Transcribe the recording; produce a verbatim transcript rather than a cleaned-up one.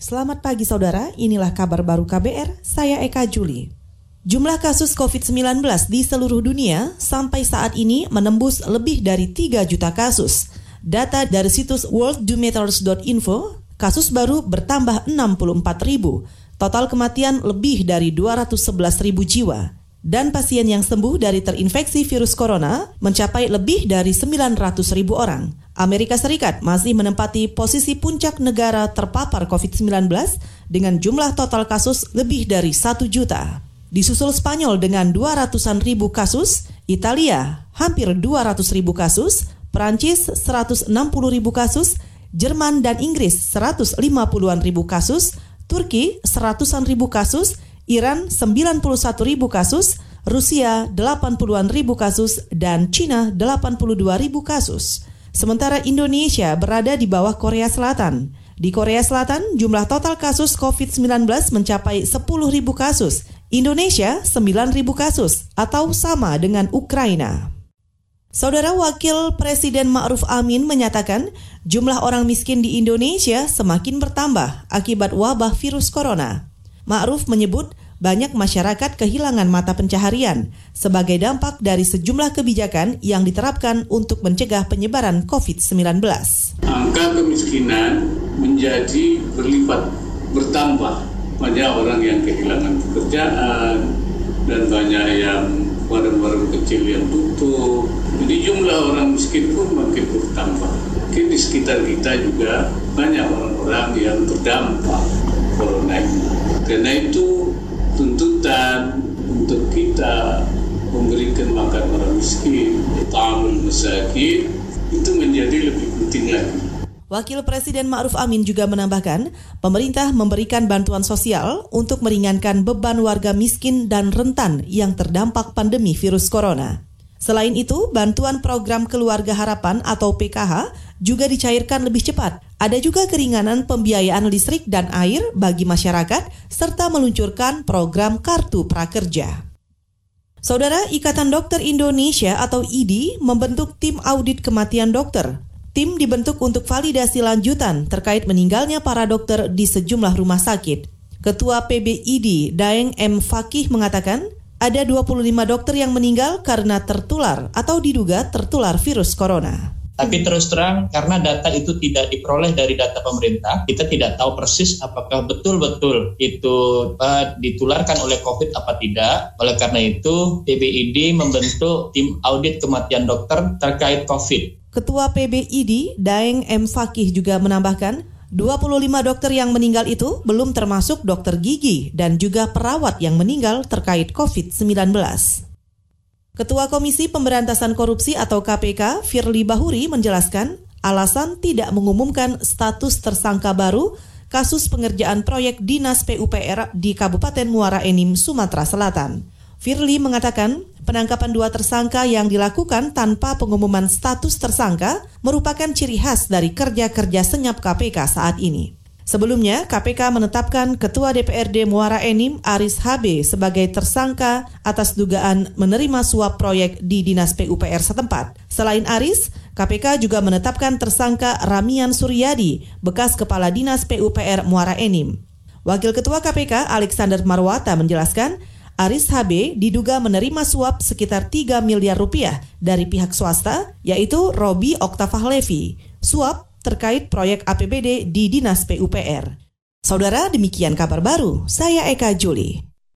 Selamat pagi saudara, inilah kabar baru K B R, saya Eka Juli. Jumlah kasus covid sembilan belas di seluruh dunia sampai saat ini menembus lebih dari tiga juta kasus. Data dari situs worldometers dot info, kasus baru bertambah enam puluh empat ribu, total kematian lebih dari dua ratus sebelas ribu jiwa. Dan pasien yang sembuh dari terinfeksi virus corona mencapai lebih dari sembilan ratus ribu orang. Amerika Serikat masih menempati posisi puncak negara terpapar covid sembilan belas dengan jumlah total kasus lebih dari satu juta. Disusul Spanyol dengan dua ratusan ribu kasus, Italia hampir dua ratus ribu kasus, Perancis seratus enam puluh ribu kasus, Jerman dan Inggris seratus lima puluhan ribu kasus, Turki seratusan ribu kasus, Iran sembilan puluh satu ribu kasus, Rusia delapan puluhan ribu kasus, dan Cina delapan puluh dua ribu kasus. Sementara Indonesia berada di bawah Korea Selatan. Di Korea Selatan, jumlah total kasus covid sembilan belas mencapai sepuluh ribu kasus. Indonesia sembilan ribu kasus, atau sama dengan Ukraina. Saudara Wakil Presiden Ma'ruf Amin menyatakan jumlah orang miskin di Indonesia semakin bertambah akibat wabah virus corona. Ma'ruf menyebut banyak masyarakat kehilangan mata pencaharian sebagai dampak dari sejumlah kebijakan yang diterapkan untuk mencegah penyebaran covid sembilan belas. Angka kemiskinan menjadi berlipat bertambah. Banyak orang yang kehilangan pekerjaan dan banyak yang warung-warung kecil yang tutup. Jadi jumlah orang miskin pun makin bertambah. Mungkin di sekitar kita juga banyak orang-orang yang terdampak corona ini. Karena itu tuntutan untuk kita memberikan makan orang miskin, ta'amul masakin, itu menjadi lebih penting lagi. Wakil Presiden Ma'ruf Amin juga menambahkan, pemerintah memberikan bantuan sosial untuk meringankan beban warga miskin dan rentan yang terdampak pandemi virus corona. Selain itu, bantuan program Keluarga Harapan atau P K H juga dicairkan lebih cepat. Ada juga keringanan pembiayaan listrik dan air bagi masyarakat, serta meluncurkan program Kartu Prakerja. Saudara, Ikatan Dokter Indonesia atau I D I membentuk tim audit kematian dokter. Tim dibentuk untuk validasi lanjutan terkait meninggalnya para dokter di sejumlah rumah sakit. Ketua P B I D I, Daeng M. Fakih mengatakan, ada dua puluh lima dokter yang meninggal karena tertular atau diduga tertular virus corona. Tapi terus terang, karena data itu tidak diperoleh dari data pemerintah, kita tidak tahu persis apakah betul-betul itu uh, ditularkan oleh COVID apa tidak. Oleh karena itu, P B I D I membentuk tim audit kematian dokter terkait COVID. Ketua P B I D I, Daeng M. Fakih juga menambahkan, dua puluh lima dokter yang meninggal itu belum termasuk dokter gigi dan juga perawat yang meninggal terkait covid sembilan belas. Ketua Komisi Pemberantasan Korupsi atau K P K, Firly Bahuri menjelaskan alasan tidak mengumumkan status tersangka baru kasus pengerjaan proyek Dinas P U P R di Kabupaten Muara Enim, Sumatera Selatan. Firly mengatakan penangkapan dua tersangka yang dilakukan tanpa pengumuman status tersangka merupakan ciri khas dari kerja-kerja senyap K P K saat ini. Sebelumnya, K P K menetapkan Ketua D P R D Muara Enim, Aris H B, sebagai tersangka atas dugaan menerima suap proyek di Dinas P U P R setempat. Selain Aris, K P K juga menetapkan tersangka Ramian Suryadi, bekas Kepala Dinas P U P R Muara Enim. Wakil Ketua K P K, Alexander Marwata, menjelaskan, Aris H B diduga menerima suap sekitar tiga miliar rupiah dari pihak swasta, yaitu Robi Oktavahlevi. Suap terkait proyek A P B D di Dinas P U P R. Saudara, demikian kabar baru. Saya Eka Juli.